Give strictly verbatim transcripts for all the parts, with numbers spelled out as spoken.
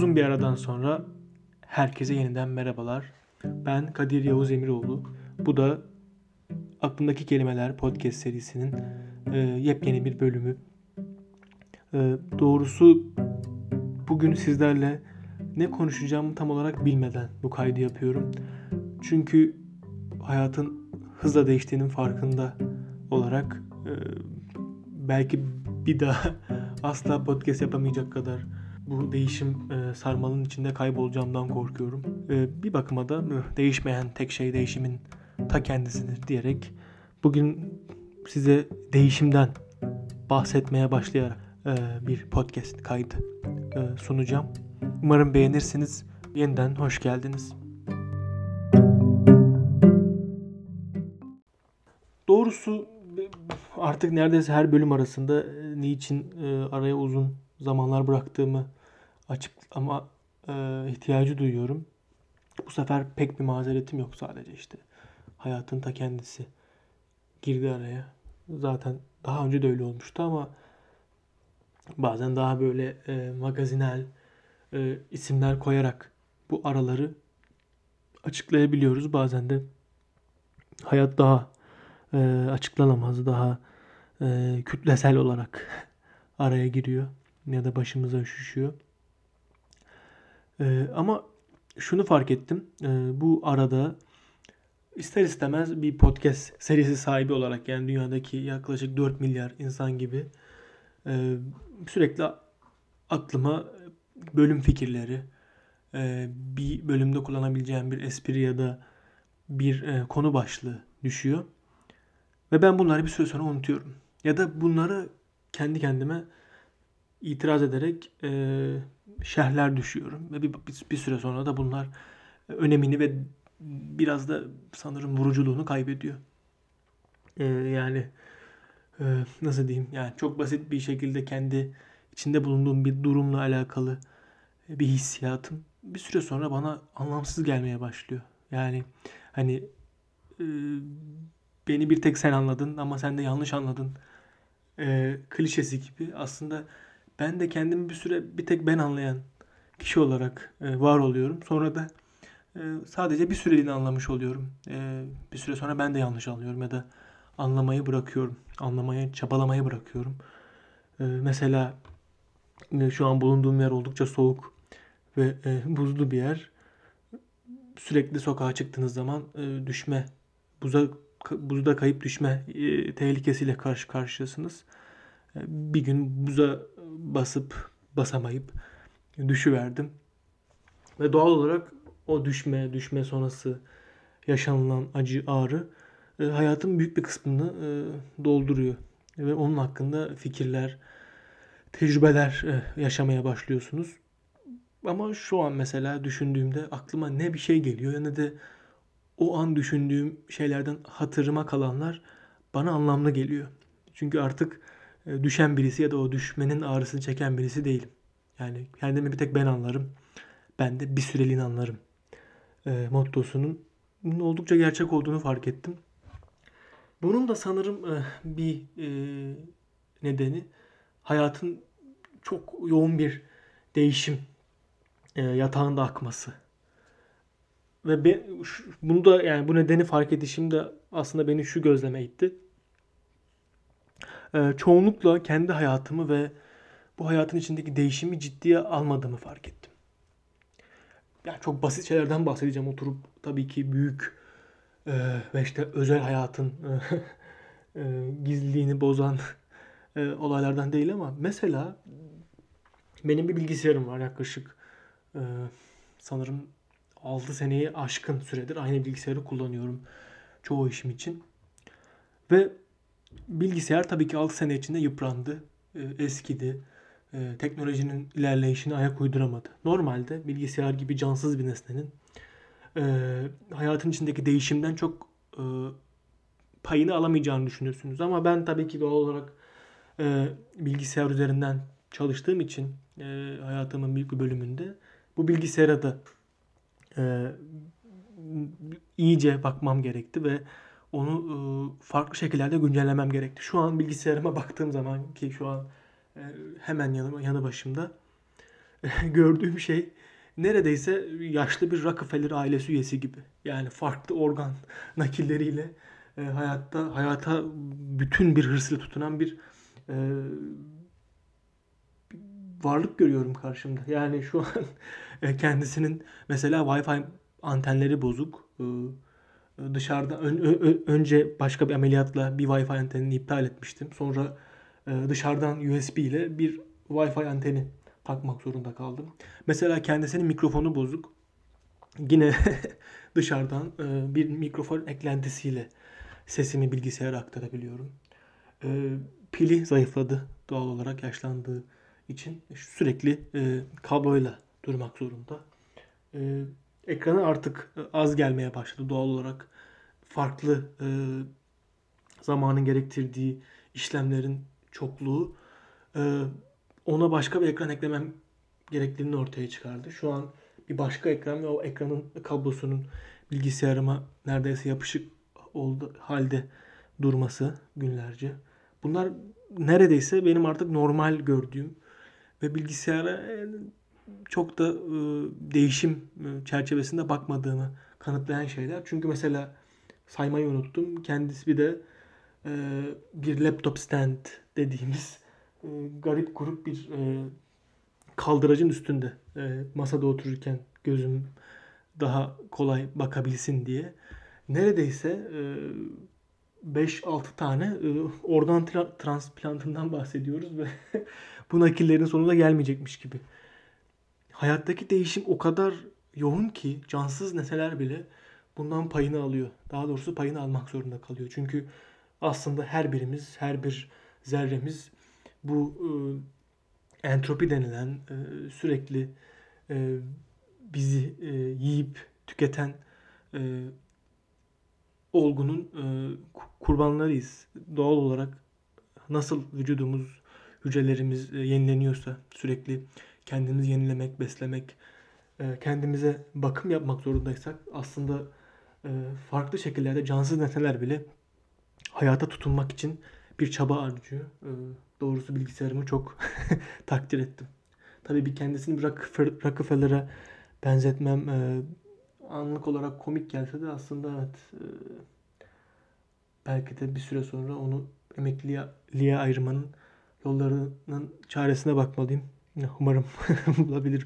Uzun bir aradan sonra herkese yeniden merhabalar. Ben Kadir Yavuz Emiroğlu. Bu da Aklımdaki Kelimeler podcast serisinin e, yepyeni bir bölümü. E, doğrusu bugün sizlerle ne konuşacağımı tam olarak bilmeden bu kaydı yapıyorum. Çünkü hayatın hızla değiştiğinin farkında olarak e, belki bir daha asla podcast yapamayacak kadar bu değişim e, sarmalın içinde kaybolacağımdan korkuyorum. E, bir bakıma da e, değişmeyen tek şey değişimin ta kendisidir diyerek bugün size değişimden bahsetmeye başlayarak e, bir podcast kaydı e, sunacağım. Umarım beğenirsiniz. Yeniden hoş geldiniz. Doğrusu artık neredeyse her bölüm arasında e, niçin e, araya uzun zamanlar bıraktığımı açıklama e, ihtiyacı duyuyorum. Bu sefer pek bir mazeretim yok, sadece işte hayatın ta kendisi girdi araya. Zaten daha önce de öyle olmuştu ama bazen daha böyle e, magazinel e, isimler koyarak bu araları açıklayabiliyoruz. Bazen de hayat daha e, açıklanamaz, daha e, kütlesel olarak araya giriyor ya da başımıza üşüşüyor. E, ama şunu fark ettim. E, bu arada ister istemez bir podcast serisi sahibi olarak, yani dünyadaki yaklaşık dört milyar insan gibi e, sürekli aklıma bölüm fikirleri, e, bir bölümde kullanabileceğim bir espri ya da bir e, konu başlığı düşüyor. Ve ben bunları bir süre sonra unutuyorum. Ya da bunları kendi kendime itiraz ederek e, şerhler düşüyorum. Ve bir, bir, bir süre sonra da bunlar önemini ve biraz da sanırım vuruculuğunu kaybediyor. E, yani e, nasıl diyeyim? Yani çok basit bir şekilde kendi içinde bulunduğum bir durumla alakalı bir hissiyatım bir süre sonra bana anlamsız gelmeye başlıyor. Yani hani e, beni bir tek sen anladın ama sen de yanlış anladın e, klişesi gibi. Aslında ben de kendimi bir süre bir tek ben anlayan kişi olarak e, var oluyorum. Sonra da e, sadece bir süreliğine anlamış oluyorum. E, bir süre sonra ben de yanlış anlıyorum ya da anlamayı bırakıyorum. Anlamaya, çabalamayı bırakıyorum. E, mesela e, şu an bulunduğum yer oldukça soğuk ve e, buzlu bir yer. Sürekli sokağa çıktığınız zaman e, düşme, buza buzda kayıp düşme e, tehlikesiyle karşı karşıyasınız. E, bir gün buza basıp basamayıp düşüverdim. Ve doğal olarak o düşme, düşme sonrası yaşanılan acı, ağrı e, hayatın büyük bir kısmını e, dolduruyor. Ve onun hakkında fikirler, tecrübeler e, yaşamaya başlıyorsunuz. Ama şu an mesela düşündüğümde aklıma ne bir şey geliyor ne de o an düşündüğüm şeylerden hatırıma kalanlar bana anlamlı geliyor. Çünkü artık e, düşen birisi ya da o düşmenin ağrısını çeken birisi değilim. Yani kendimi bir tek ben anlarım. Ben de bir süreliğine anlarım. E, mottosunun oldukça gerçek olduğunu fark ettim. Bunun da sanırım e, bir e, nedeni hayatın çok yoğun bir değişim e, yatağında akması. Ve be, bunu da, yani bu nedeni fark edişim de aslında beni şu gözleme itti. Ee, çoğunlukla kendi hayatımı ve bu hayatın içindeki değişimi ciddiye almadığımı fark ettim. Yani çok basit şeylerden bahsedeceğim. Oturup tabii ki büyük e, ve işte özel hayatın e, e, gizliliğini bozan e, olaylardan değil ama mesela benim bir bilgisayarım var, yaklaşık e, sanırım altı seneyi aşkın süredir aynı bilgisayarı kullanıyorum çoğu işim için. Ve bilgisayar tabii ki altı sene içinde yıprandı, e, eskidi. E, teknolojinin ilerleyişine ayak uyduramadı. Normalde bilgisayar gibi cansız bir nesnenin e, hayatın içindeki değişimden çok e, payını alamayacağını düşünürsünüz. Ama ben tabii ki doğal olarak e, bilgisayar üzerinden çalıştığım için e, hayatımın büyük bir bölümünde bu bilgisayara da e, iyice bakmam gerekti ve onu e, farklı şekillerde güncellemem gerekti. Şu an bilgisayarıma baktığım zaman, ki şu an e, hemen yanı, yanı başımda, gördüğüm şey neredeyse yaşlı bir Rockefeller ailesi üyesi gibi. Yani farklı organ nakilleriyle e, hayatta hayata bütün bir hırsla tutunan bir e, varlık görüyorum karşımda. Yani şu an e, kendisinin mesela Wi-Fi antenleri bozuk. E, Dışarıda ön- ö- önce başka bir ameliyatla bir Wi-Fi antenini iptal etmiştim. Sonra e, dışarıdan U S B ile bir Wi-Fi anteni takmak zorunda kaldım. Mesela kendisinin mikrofonu bozuk. Yine dışarıdan e, bir mikrofon eklentisiyle sesimi bilgisayara aktarabiliyorum. E, Pili zayıfladı doğal olarak yaşlandığı için sürekli e, kabloyla durmak zorunda. E, Ekranı artık az gelmeye başladı doğal olarak. Farklı e, zamanın gerektirdiği işlemlerin çokluğu e, ona başka bir ekran eklemem gerekliliğini ortaya çıkardı. Şu an bir başka ekran ve o ekranın kablosunun bilgisayarıma neredeyse yapışık oldu halde durması günlerce. Bunlar neredeyse benim artık normal gördüğüm ve bilgisayara e, çok da e, değişim e, çerçevesinde bakmadığımı kanıtlayan şeyler. Çünkü mesela saymayı unuttum. Kendisi bir de e, bir laptop stand dediğimiz e, garip grup bir e, kaldıracın üstünde e, masada otururken gözüm daha kolay bakabilsin diye neredeyse e, beş altı tane e, organ tra- transplantından bahsediyoruz ve bu nakillerin sonunda gelmeyecekmiş gibi. Hayattaki değişim o kadar yoğun ki cansız nesneler bile bundan payını alıyor. Daha doğrusu payını almak zorunda kalıyor. Çünkü aslında her birimiz, her bir zerremiz bu e, entropi denilen e, sürekli e, bizi e, yiyip tüketen e, olgunun e, kurbanlarıyız. Doğal olarak nasıl vücudumuz, hücrelerimiz e, yenileniyorsa sürekli kendimizi yenilemek, beslemek, e, kendimize bakım yapmak zorundaysak aslında e, farklı şekillerde cansız nesneler bile hayata tutunmak için bir çaba harcıyor. E, Doğrusu bilgisayarımı çok takdir ettim. Tabii bir kendisini bir Rockefeller- Rockefeller'a benzetmem e, anlık olarak komik gelse de aslında evet e, belki de bir süre sonra onu emekliliğe ayırmanın yollarının çaresine bakmalıyım. Umarım bulabilirim.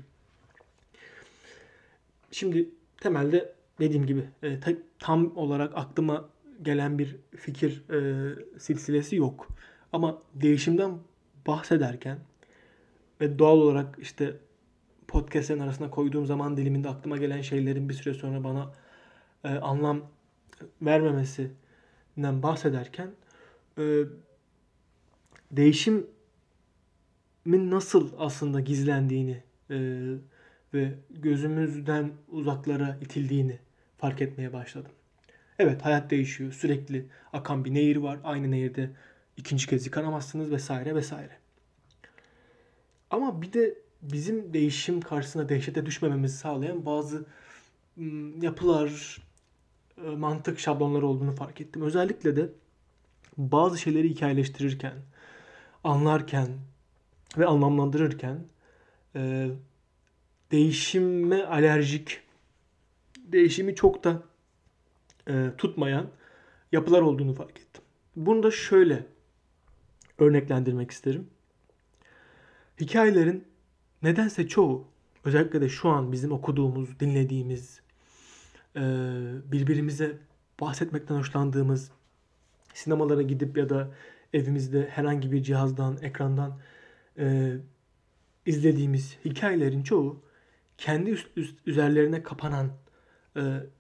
Şimdi temelde dediğim gibi e, ta- tam olarak aklıma gelen bir fikir e, silsilesi yok. Ama değişimden bahsederken ve doğal olarak işte podcastlerin arasına koyduğum zaman diliminde aklıma gelen şeylerin bir süre sonra bana e, anlam vermemesinden bahsederken e, değişimin nasıl aslında gizlendiğini e, ve gözümüzden uzaklara itildiğini fark etmeye başladım. Evet, hayat değişiyor. Sürekli akan bir nehir var. Aynı nehirde ikinci kez yıkanamazsınız vesaire vesaire. Ama bir de bizim değişim karşısında dehşete düşmememizi sağlayan bazı ım, yapılar, e, mantık şablonları olduğunu fark ettim. Özellikle de bazı şeyleri hikayeleştirirken, anlarken ve anlamlandırırken e, değişime alerjik, değişimi çok da e, tutmayan yapılar olduğunu fark ettim. Bunu da şöyle örneklendirmek isterim. Hikayelerin nedense çoğu, özellikle de şu an bizim okuduğumuz, dinlediğimiz, e, birbirimize bahsetmekten hoşlandığımız, sinemalara gidip ya da evimizde herhangi bir cihazdan, ekrandan e, izlediğimiz hikayelerin çoğu kendi üst, üst üzerlerine kapanan e,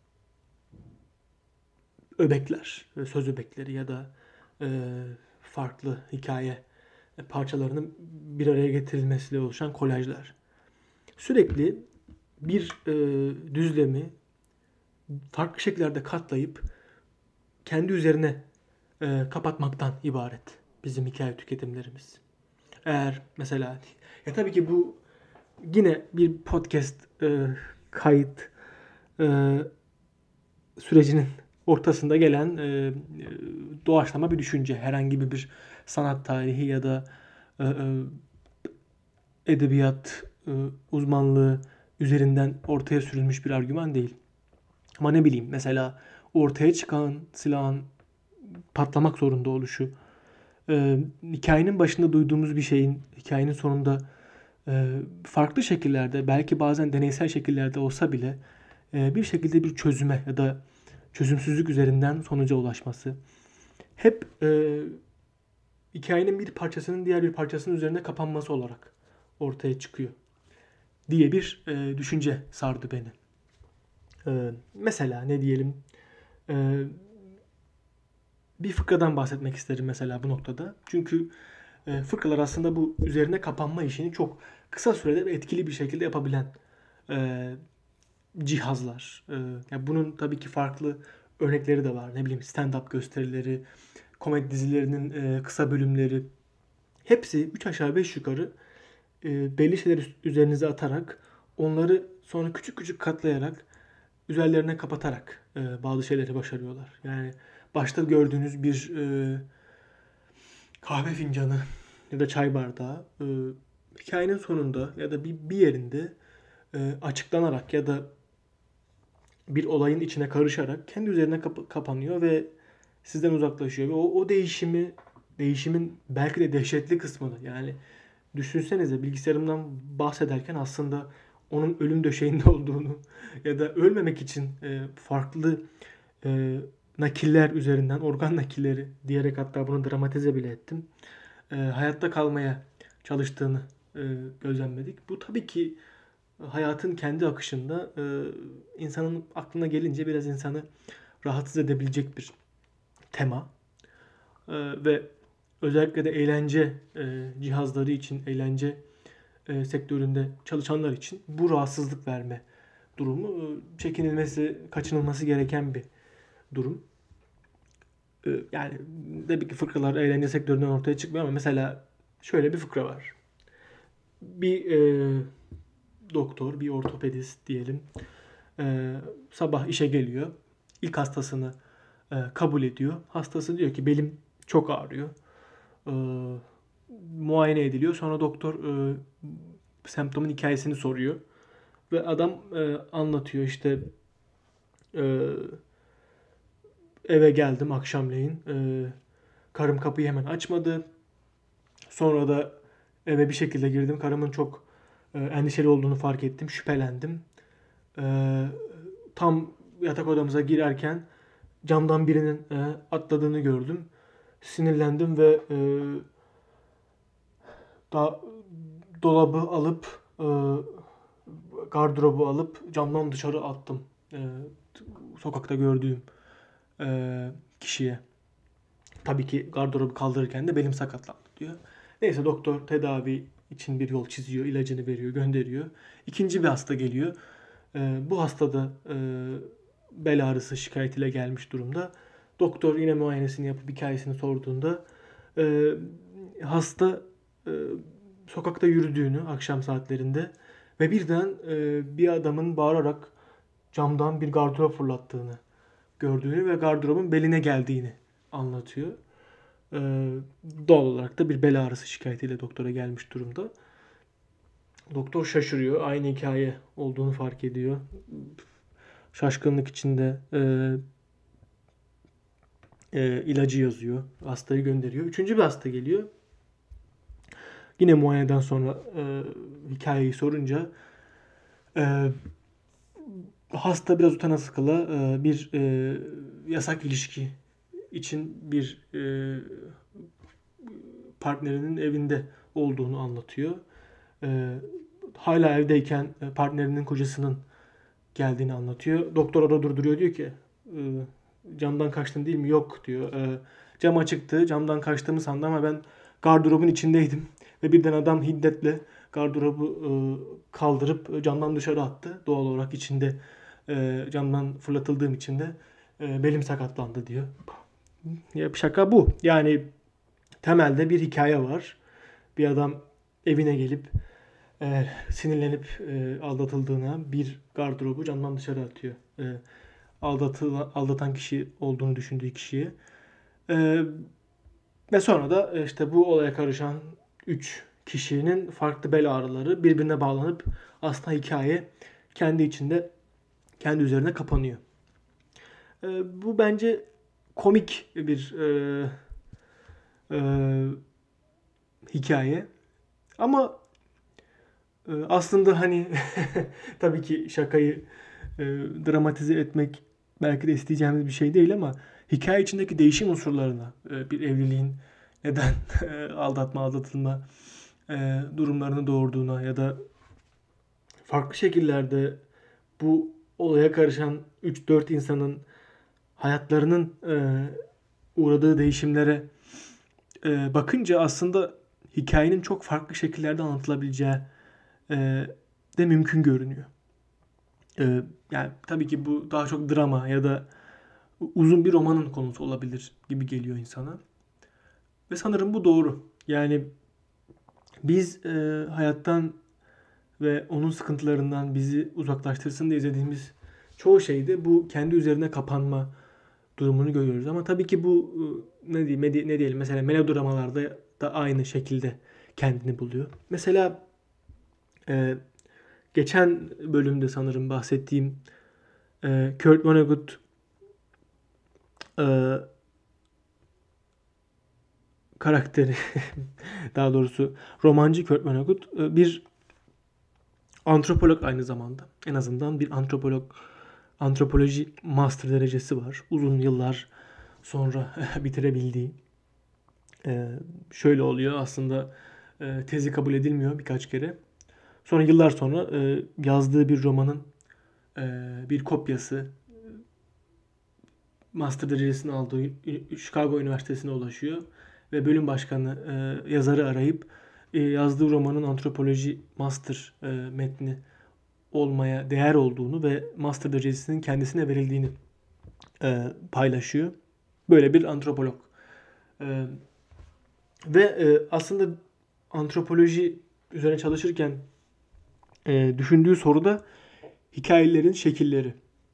öbekler, e, söz öbekleri ya da e, farklı hikaye parçalarının bir araya getirilmesiyle oluşan kolajlar. Sürekli bir e, düzlemi farklı şekillerde katlayıp kendi üzerine e, kapatmaktan ibaret bizim hikaye tüketimlerimiz. Eğer mesela ya tabii ki bu yine bir podcast e, kayıt e, sürecinin ortasında gelen e, doğaçlama bir düşünce. Herhangi bir sanat tarihi ya da e, e, edebiyat e, uzmanlığı üzerinden ortaya sürülmüş bir argüman değil. Ama ne bileyim, mesela ortaya çıkan silahın patlamak zorunda oluşu, e, hikayenin başında duyduğumuz bir şeyin hikayenin sonunda e, farklı şekillerde, belki bazen deneysel şekillerde olsa bile e, bir şekilde bir çözüme ya da çözümsüzlük üzerinden sonuca ulaşması. Hep e, hikayenin bir parçasının diğer bir parçasının üzerine kapanması olarak ortaya çıkıyor diye bir e, düşünce sardı beni. E, mesela ne diyelim, e, bir fıkradan bahsetmek isterim mesela bu noktada. Çünkü e, fıkralar aslında bu üzerine kapanma işini çok kısa sürede ve etkili bir şekilde yapabilen e, cihazlar. E, yani bunun tabii ki farklı örnekleri de var. Ne bileyim, stand-up gösterileri, komedi dizilerinin e, kısa bölümleri. Hepsi üç aşağı beş yukarı e, belli şeyler üzerinize atarak, onları sonra küçük küçük katlayarak, üzerlerine kapatarak e, bazı şeyleri başarıyorlar. Yani başta gördüğünüz bir e, kahve fincanı ya da çay bardağı e, hikayenin sonunda ya da bir, bir yerinde e, açıklanarak ya da bir olayın içine karışarak kendi üzerine kap- kapanıyor ve sizden uzaklaşıyor. Ve o, o değişimi, değişimin belki de dehşetli kısmını, yani düşünsenize, bilgisayarımdan bahsederken aslında onun ölüm döşeğinde olduğunu ya da ölmemek için e, farklı e, nakiller üzerinden, organ nakilleri diyerek, hatta bunu dramatize bile ettim. E, hayatta kalmaya çalıştığını e, gözlemledik. Bu tabii ki hayatın kendi akışında e, insanın aklına gelince biraz insanı rahatsız edebilecek bir tema. E, ve özellikle de eğlence e, cihazları için, eğlence e, sektöründe çalışanlar için bu rahatsızlık verme durumu e, çekinilmesi, kaçınılması gereken bir durum. E, yani tabii ki fıkralar eğlence sektöründen ortaya çıkmıyor ama mesela şöyle bir fıkra var. Bir e, doktor, bir ortopedist diyelim, e, sabah işe geliyor. İlk hastasını e, kabul ediyor. Hastası diyor ki belim çok ağrıyor. E, muayene ediliyor. Sonra doktor e, semptomun hikayesini soruyor. Ve adam e, anlatıyor işte, e, eve geldim akşamleyin. E, karım kapıyı hemen açmadı. Sonra da eve bir şekilde girdim. Karımın çok e, endişeli olduğunu fark ettim. Şüphelendim. E, tam yatak odamıza girerken camdan birinin e, atladığını gördüm. Sinirlendim ve e, da, dolabı alıp e, gardırobu alıp camdan dışarı attım. E, sokakta gördüğüm e, kişiye. Tabii ki gardırobu kaldırırken de belim sakatlandı diyor. Neyse, doktor tedavi için bir yol çiziyor, ilacını veriyor, gönderiyor. İkinci bir hasta geliyor. E, bu hasta da e, bel ağrısı şikayetiyle gelmiş durumda. Doktor yine muayenesini yapıp hikayesini sorduğunda e, hasta e, sokakta yürüdüğünü akşam saatlerinde ve birden e, bir adamın bağırarak camdan bir gardırop fırlattığını gördüğünü ve gardırobun beline geldiğini anlatıyor. E, doğal olarak da bir bel ağrısı şikayetiyle doktora gelmiş durumda. Doktor şaşırıyor. Aynı hikaye olduğunu fark ediyor. Şaşkınlık içinde e, e, ilacı yazıyor. Hastayı gönderiyor. Üçüncü bir hasta geliyor. Yine muayeneden sonra e, hikayeyi sorunca e, hasta biraz utana sıkıla e, bir e, yasak ilişki için bir e, partnerinin evinde olduğunu anlatıyor. E, hala evdeyken e, partnerinin kocasının geldiğini anlatıyor. Doktor orada durduruyor, diyor ki e, camdan kaçtın değil mi? Yok diyor. E, cam açıktı. Camdan kaçtığımı sandı ama ben gardırobun içindeydim. Ve birden adam hiddetle gardırobu e, kaldırıp camdan dışarı attı. Doğal olarak içinde e, camdan fırlatıldığım için de e, belim sakatlandı diyor. Ya şaka bu. Yani temelde bir hikaye var. Bir adam evine gelip e, sinirlenip e, aldatıldığına bir gardırobu camdan dışarı atıyor. E, aldatılan, aldatan kişi olduğunu düşündüğü kişiye. E, ve sonra da işte bu olaya karışan üç kişinin farklı bel ağrıları birbirine bağlanıp aslında hikaye kendi içinde, kendi üzerine kapanıyor. E, bu bence komik bir e, e, hikaye. Ama e, aslında hani tabii ki şakayı e, dramatize etmek belki de isteyeceğimiz bir şey değil ama hikaye içindeki değişim unsurlarına, e, bir evliliğin neden e, aldatma, aldatılma e, durumlarını doğurduğuna ya da farklı şekillerde bu olaya karışan üç dört insanın hayatlarının e, uğradığı değişimlere e, bakınca aslında hikayenin çok farklı şekillerde anlatılabileceği e, de mümkün görünüyor. E, yani tabii ki bu daha çok drama ya da uzun bir romanın konusu olabilir gibi geliyor insana. Ve sanırım bu doğru. Yani biz e, hayattan ve onun sıkıntılarından bizi uzaklaştırsın diye izlediğimiz çoğu şeyde bu kendi üzerine kapanma durumunu görüyoruz. Ama tabii ki bu e, ne diyeyim, ne diyelim mesela melodramalarda da aynı şekilde kendini buluyor. Mesela e, geçen bölümde sanırım bahsettiğim e, Kurt Vonnegut e, karakteri daha doğrusu romancı Kurt Vonnegut e, bir antropolog aynı zamanda. En azından bir antropolog antropoloji master derecesi var. Uzun yıllar sonra bitirebildiği. Ee, şöyle oluyor aslında e, tezi kabul edilmiyor birkaç kere. Sonra yıllar sonra e, yazdığı bir romanın e, bir kopyası master derecesini aldığı Chicago Üniversitesi'ne ulaşıyor. Ve bölüm başkanı e, yazarı arayıp e, yazdığı romanın antropoloji master e, metni olmaya değer olduğunu ve master derecesinin kendisine verildiğini e, paylaşıyor. Böyle bir antropolog. E, ve e, aslında antropoloji üzerine çalışırken e, düşündüğü soru da hikayelerin şekilleri.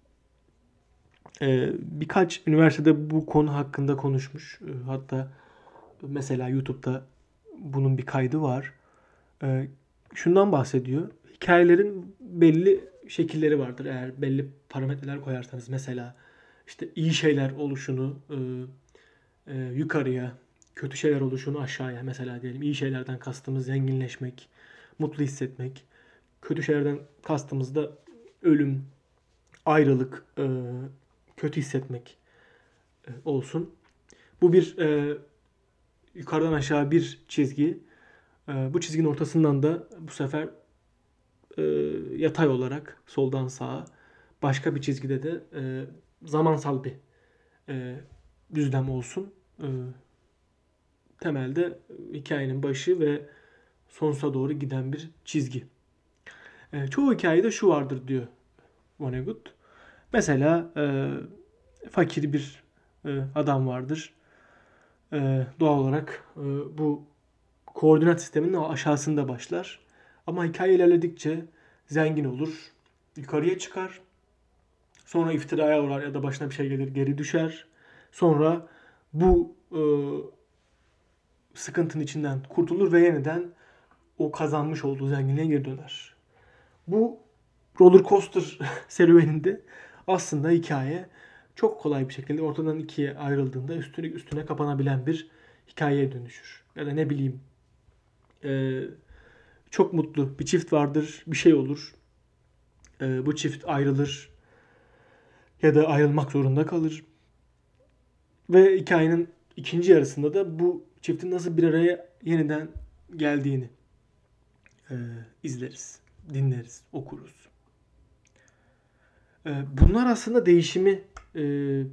E, birkaç üniversitede bu konu hakkında konuşmuş. E, hatta mesela YouTube'da bunun bir kaydı var. E, şundan bahsediyor. Hikayelerin belli şekilleri vardır eğer belli parametreler koyarsanız. Mesela işte iyi şeyler oluşunu e, e, yukarıya, kötü şeyler oluşunu aşağıya. Mesela diyelim iyi şeylerden kastımız zenginleşmek, mutlu hissetmek. Kötü şeylerden kastımız da ölüm, ayrılık, e, kötü hissetmek e, olsun. Bu bir e, yukarıdan aşağı bir çizgi. E, bu çizginin ortasından da bu sefer e, yatay olarak soldan sağa başka bir çizgide de e, zamansal bir e, düzlem olsun. E, temelde hikayenin başı ve sonsuza doğru giden bir çizgi. E, çoğu hikayede şu vardır diyor Vonnegut. Mesela e, fakir bir e, adam vardır. E, doğal olarak e, bu koordinat sisteminin aşağısında başlar. Ama hikaye ilerledikçe zengin olur, yukarıya çıkar. Sonra iftiraya uğrar ya da başına bir şey gelir, geri düşer. Sonra bu e, sıkıntının içinden kurtulur ve yeniden o kazanmış olduğu zenginliğe geri döner. Bu roller coaster serüveninde aslında hikaye çok kolay bir şekilde ortadan ikiye ayrıldığında üstüne üstüne kapanabilen bir hikayeye dönüşür. Ya da ne bileyim e, çok mutlu bir çift vardır, bir şey olur. E, bu çift ayrılır ya da ayrılmak zorunda kalır. Ve hikayenin ikinci yarısında da bu çiftin nasıl bir araya yeniden geldiğini e, izleriz, dinleriz, okuruz. E, bunlar aslında değişimi e,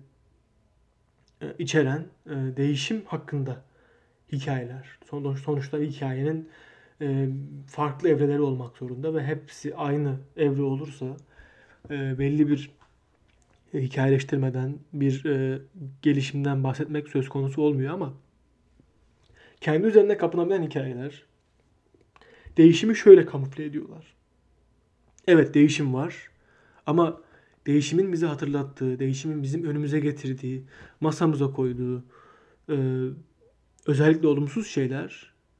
içeren, e, değişim hakkında hikayeler. Son, sonuçta hikayenin e, farklı evreleri olmak zorunda ve hepsi aynı evre olursa e, belli bir e, hikayeleştirmeden, bir e, gelişimden bahsetmek söz konusu olmuyor ama kendi üzerine kapanabilen hikayeler değişimi şöyle kamufle ediyorlar. Evet değişim var ama değişimin bize hatırlattığı, değişimin bizim önümüze getirdiği, masamıza koyduğu e, özellikle olumsuz şeyler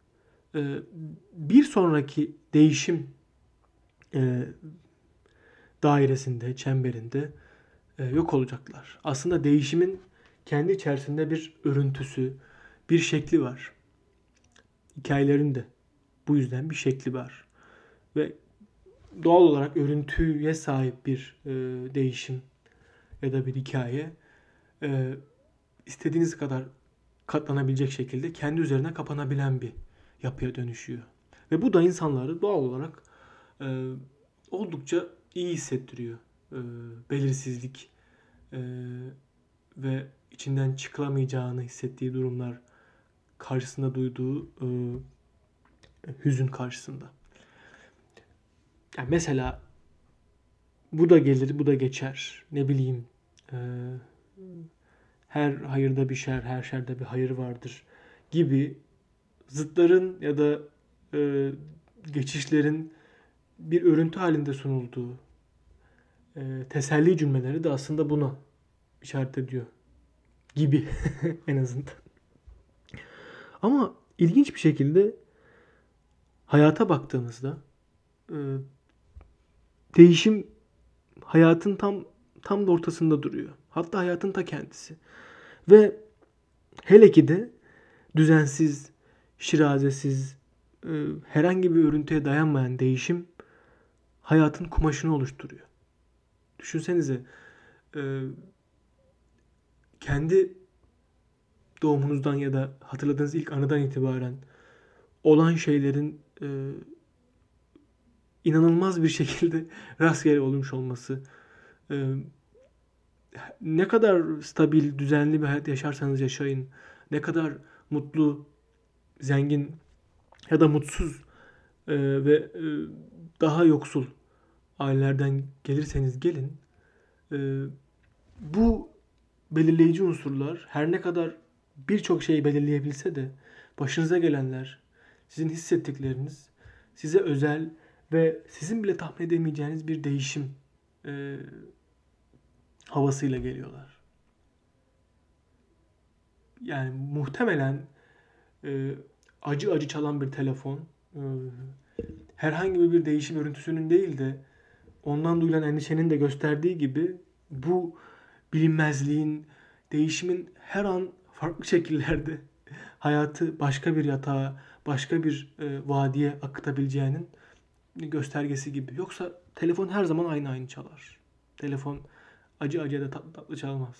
e, bir sonraki değişim e, dairesinde, çemberinde e, yok olacaklar. Aslında değişimin kendi içerisinde bir örüntüsü, bir şekli var. Hikayelerin de bu yüzden bir şekli var. Ve doğal olarak örüntüye sahip bir e, değişim ya da bir hikaye e, istediğiniz kadar katlanabilecek şekilde kendi üzerine kapanabilen bir yapıya dönüşüyor. Ve bu da insanları doğal olarak e, oldukça iyi hissettiriyor. E, belirsizlik e, ve içinden çıkılamayacağını hissettiği durumlar karşısında duyduğu e, hüzün karşısında. Yani mesela bu da gelir, bu da geçer. Ne bileyim, e, her hayırda bir şer, her şerde bir hayır vardır gibi zıtların ya da e, geçişlerin bir örüntü halinde sunulduğu e, teselli cümleleri de aslında buna işaret ediyor gibi en azından. Ama ilginç bir şekilde hayata baktığımızda e, değişim hayatın tam tam da ortasında duruyor. Hatta hayatın ta kendisi. Ve hele ki de düzensiz, şirazesiz, e, herhangi bir örüntüye dayanmayan değişim hayatın kumaşını oluşturuyor. Düşünsenize, e, kendi doğumunuzdan ya da hatırladığınız ilk anıdan itibaren olan şeylerin e, inanılmaz bir şekilde rastgele olmuş olması, e, ne kadar stabil, düzenli bir hayat yaşarsanız yaşayın, ne kadar mutlu, zengin ya da mutsuz e, ve e, daha yoksul ailelerden gelirseniz gelin, e, bu belirleyici unsurlar her ne kadar birçok şeyi belirleyebilse de başınıza gelenler, sizin hissettikleriniz size özel ve sizin bile tahmin edemeyeceğiniz bir değişim e, havasıyla geliyorlar. Yani muhtemelen e, acı acı çalan bir telefon e, herhangi bir değişim örüntüsünün değil de ondan duyulan endişenin de gösterdiği gibi bu bilinmezliğin, değişimin her an farklı şekillerde hayatı başka bir yatağa, başka bir e, vadiye akıtabileceğinin göstergesi gibi. Yoksa telefon her zaman aynı aynı çalar. Telefon acı acı da tatlı tatlı çalmaz.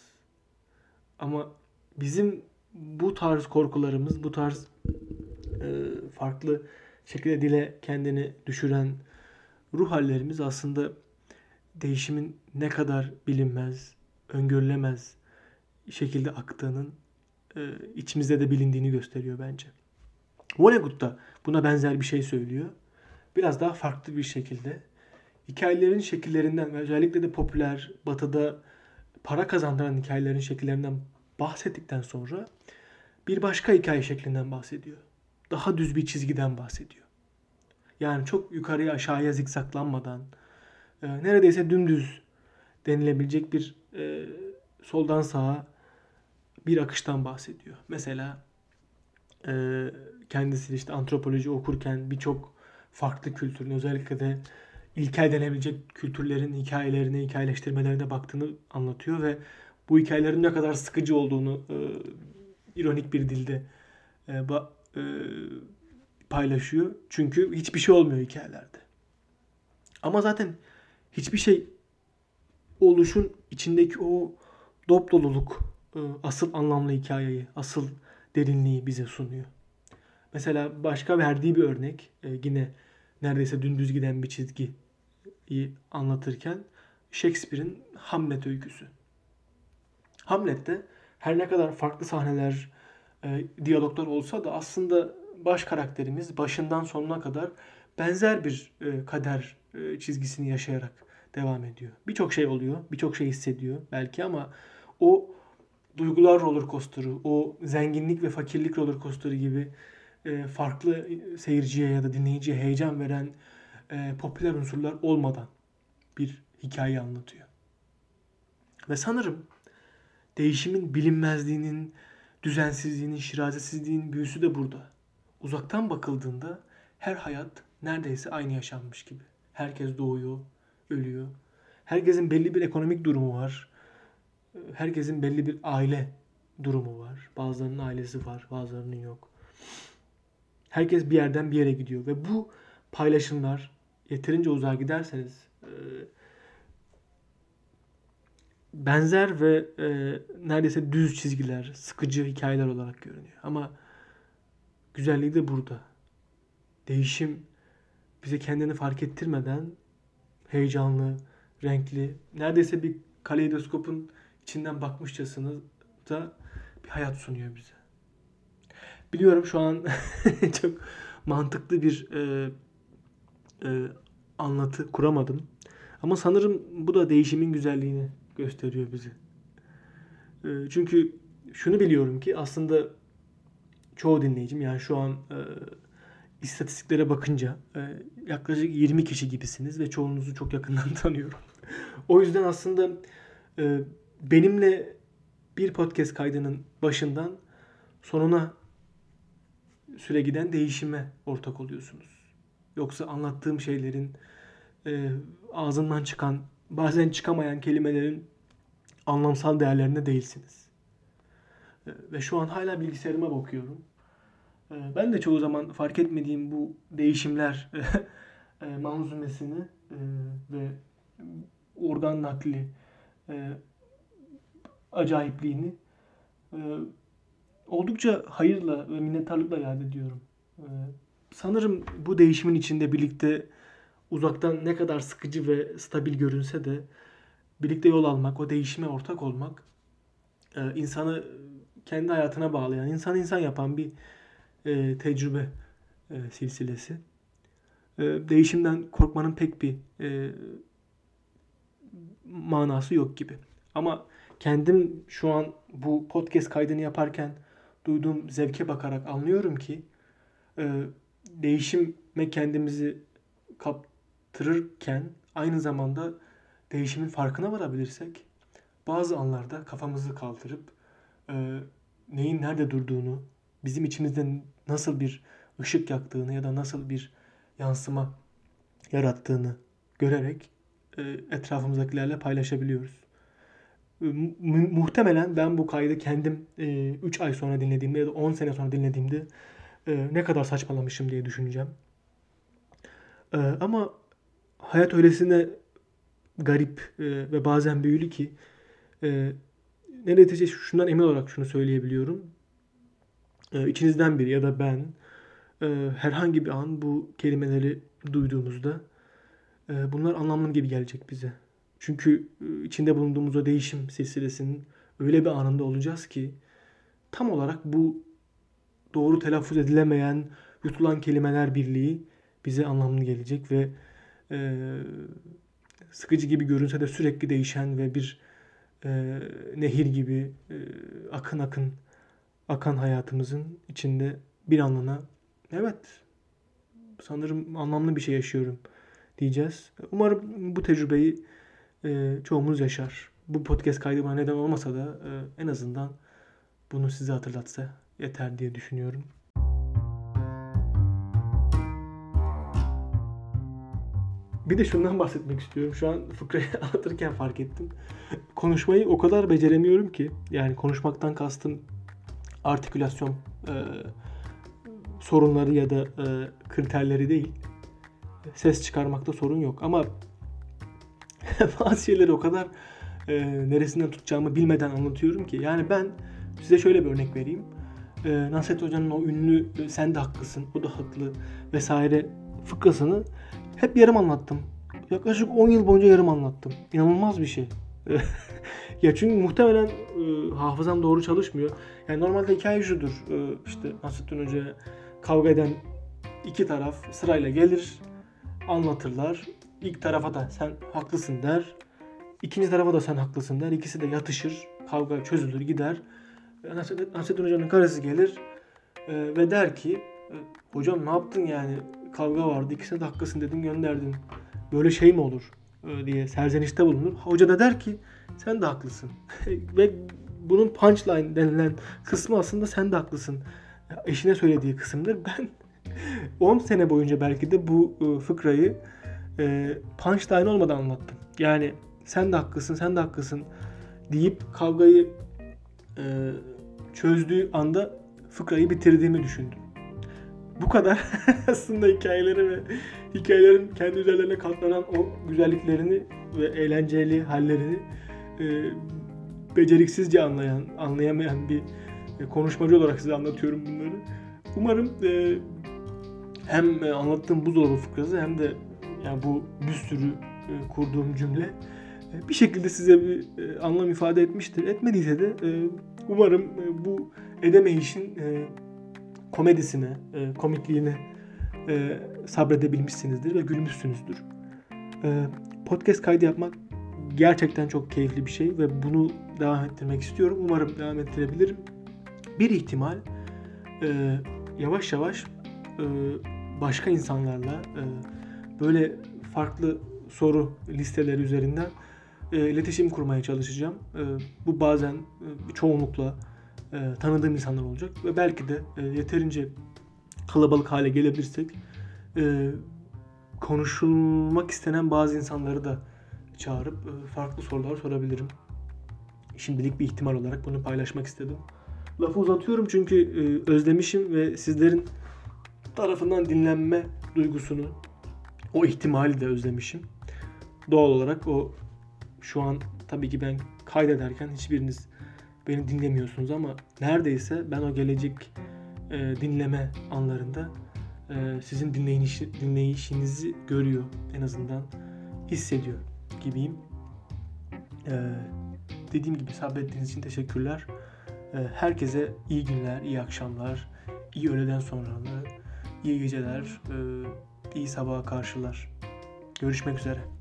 Ama bizim bu tarz korkularımız, bu tarz e, farklı şekilde dile kendini düşüren ruh hallerimiz aslında değişimin ne kadar bilinmez, öngörülemez şekilde aktığının e, içimizde de bilindiğini gösteriyor bence. Vonnegut da buna benzer bir şey söylüyor. Biraz daha farklı bir şekilde. Hikayelerin şekillerinden ve özellikle de popüler, batıda para kazandıran hikayelerin şekillerinden bahsettikten sonra bir başka hikaye şeklinden bahsediyor. Daha düz bir çizgiden bahsediyor. Yani çok yukarıya aşağıya zikzaklanmadan, e, neredeyse dümdüz denilebilecek bir e, soldan sağa bir akıştan bahsediyor. Mesela e, kendisi işte antropoloji okurken birçok farklı kültürün, özellikle de ilkel denebilecek kültürlerin hikayelerine, hikayeleştirmelerine baktığını anlatıyor ve bu hikayelerin ne kadar sıkıcı olduğunu e, ironik bir dilde e, ba, e, paylaşıyor. Çünkü hiçbir şey olmuyor hikayelerde. Ama zaten hiçbir şey oluşun içindeki o dop doluluk e, asıl anlamlı hikayeyi, asıl derinliği bize sunuyor. Mesela başka verdiği bir örnek, e, yine neredeyse dümdüz giden bir çizgiyi anlatırken Shakespeare'in Hamlet öyküsü. Hamlet'te her ne kadar farklı sahneler, e, diyaloglar olsa da aslında baş karakterimiz başından sonuna kadar benzer bir e, kader e, çizgisini yaşayarak devam ediyor. Birçok şey oluyor, birçok şey hissediyor belki ama o duygular roller coaster'ı, o zenginlik ve fakirlik roller coaster'ı gibi e, farklı seyirciye ya da dinleyiciye heyecan veren e, popüler unsurlar olmadan bir hikaye anlatıyor. Ve sanırım değişimin bilinmezliğinin, düzensizliğinin, şirazesizliğinin büyüsü de burada. uzaktan bakıldığında her hayat neredeyse aynı yaşanmış gibi. Herkes doğuyor, ölüyor. Herkesin belli bir ekonomik durumu var. Herkesin belli bir aile durumu var. Bazılarının ailesi var, bazılarının yok. Herkes bir yerden bir yere gidiyor ve bu paylaşımlar yeterince uzağa giderseniz e, benzer ve e, neredeyse düz çizgiler, sıkıcı hikayeler olarak görünüyor. Ama güzelliği de burada. Değişim bize kendini fark ettirmeden heyecanlı, renkli, neredeyse bir kaleidoskopun içinden bakmışçasına da bir hayat sunuyor bize. Biliyorum şu an çok mantıklı bir e, e, anlatı kuramadım. Ama sanırım bu da değişimin güzelliğini gösteriyor bize. E, çünkü şunu biliyorum ki aslında çoğu dinleyicim, yani şu an e, istatistiklere bakınca e, yaklaşık yirmi kişi gibisiniz ve çoğunuzu çok yakından tanıyorum. O yüzden aslında e, benimle bir podcast kaydının başından sonuna süre giden değişime ortak oluyorsunuz. Yoksa anlattığım şeylerin e, ağzından çıkan, bazen çıkamayan kelimelerin anlamsal değerlerine değilsiniz. E, ve şu an hala bilgisayarıma bakıyorum. E, ben de çoğu zaman fark etmediğim bu değişimler e, manzumesini e, ve organ nakli e, acayipliğini e, oldukça hayırla ve minnettarlıkla yad ediyorum. E, sanırım bu değişimin içinde birlikte uzaktan ne kadar sıkıcı ve stabil görünse de birlikte yol almak, o değişime ortak olmak e, insanı kendi hayatına bağlayan, insan insan yapan bir e, tecrübe e, silsilesi. E, değişimden korkmanın pek bir e, manası yok gibi. Ama kendim şu an bu podcast kaydını yaparken duyduğum zevke bakarak anlıyorum ki e, değişime kendimizi kaptırırken aynı zamanda değişimin farkına varabilirsek bazı anlarda kafamızı kaldırıp e, neyin nerede durduğunu, bizim içimizde nasıl bir ışık yaktığını ya da nasıl bir yansıma yarattığını görerek e, etrafımızdakilerle paylaşabiliyoruz. E, mu- muhtemelen ben bu kaydı kendim e, üç ay sonra dinlediğimde ya da on sene sonra dinlediğimde e, ne kadar saçmalamışım diye düşüneceğim. E, ama hayat öylesine garip e, ve bazen büyülü ki e, ne netice şundan emin olarak şunu söyleyebiliyorum. E, içinizden biri ya da ben e, herhangi bir an bu kelimeleri duyduğumuzda e, bunlar anlamlı gibi gelecek bize. Çünkü e, içinde bulunduğumuz o değişim silsilesinin öyle bir anında olacağız ki tam olarak bu doğru telaffuz edilemeyen, yutulan kelimeler birliği bize anlamlı gelecek ve e, sıkıcı gibi görünse de sürekli değişen ve bir e, nehir gibi e, akın akın akan hayatımızın içinde bir anlığına evet sanırım anlamlı bir şey yaşıyorum diyeceğiz. Umarım bu tecrübeyi e, çoğumuz yaşar. Bu podcast kaydı bana neden olmasa da e, en azından bunu size hatırlatsa yeter diye düşünüyorum. Bir de şundan bahsetmek istiyorum. Şu an fıkrayı anlatırken fark ettim. Konuşmayı o kadar beceremiyorum ki. Yani konuşmaktan kastım artikülasyon e, sorunları ya da e, kriterleri değil. Ses çıkarmakta sorun yok. Ama bazı şeyleri o kadar e, neresinden tutacağımı bilmeden anlatıyorum ki. Yani ben size şöyle bir örnek vereyim. E, Nasrettin Hoca'nın o ünlü e, sen de haklısın, o da haklı vesaire fıkrasını hep yarım anlattım. Yaklaşık on yıl boyunca yarım anlattım. İnanılmaz bir şey. Ya çünkü muhtemelen e, hafızam doğru çalışmıyor. Yani normalde hikaye şudur. E, işte Nasrettin Hoca kavga eden iki taraf sırayla gelir, anlatırlar. İlk tarafa da sen haklısın der. İkinci tarafa da sen haklısın der. İkisi de yatışır. Kavga çözülür gider. Nasrettin, Nasrettin Hoca'nın karısı gelir e, ve der ki e, hocam ne yaptın yani? Kavga vardı. İkisine de haklısın dedin gönderdin. Böyle şey mi olur? E, diye serzenişte bulunur. Hoca da der ki sen de haklısın. Ve bunun punchline denilen kısmı aslında sen de haklısın eşine söylediği kısımdır. Ben on sene boyunca belki de bu e, fıkrayı e, punchline olmadan anlattım. Yani sen de haklısın, sen de haklısın deyip kavgayı e, çözdüğü anda fıkrayı bitirdiğimi düşündüm. Bu kadar aslında hikayeleri ve hikayelerin kendi üzerlerine katlanan o güzelliklerini ve eğlenceli hallerini e, beceriksizce anlayan, anlayamayan bir e, konuşmacı olarak size anlatıyorum bunları. Umarım e, hem e, anlattığım buzdolabı fıkrası hem de yani bu bir sürü e, kurduğum cümle e, bir şekilde size bir e, anlam ifade etmiştir. Etmediyse de e, umarım e, bu edemeyişin e, komedisine, e, komikliğine e, sabredebilmişsinizdir ve gülmüşsünüzdür. E, podcast kaydı yapmak gerçekten çok keyifli bir şey ve bunu devam ettirmek istiyorum. Umarım devam ettirebilirim. Bir ihtimal e, yavaş yavaş e, başka insanlarla e, böyle farklı soru listeleri üzerinden e, iletişim kurmaya çalışacağım. E, bu bazen e, çoğunlukla e, tanıdığım insanlar olacak ve belki de e, yeterince kalabalık hale gelebilirsek e, konuşulmak istenen bazı insanları da çağırıp e, farklı sorular sorabilirim. Şimdilik bir ihtimal olarak bunu paylaşmak istedim. Lafı uzatıyorum çünkü e, özlemişim ve sizlerin tarafından dinlenme duygusunu, o ihtimali de özlemişim. Doğal olarak o şu an tabii ki ben kaydederken hiçbiriniz beni dinlemiyorsunuz ama neredeyse ben o gelecek e, dinleme anlarında e, sizin dinleyiş, dinleyişinizi görüyor, en azından hissediyor gibiyim. E, dediğim gibi sabrettiğiniz için teşekkürler. E, herkese iyi günler, iyi akşamlar, iyi öğleden sonraları, iyi geceler, e, iyi sabaha karşılar. Görüşmek üzere.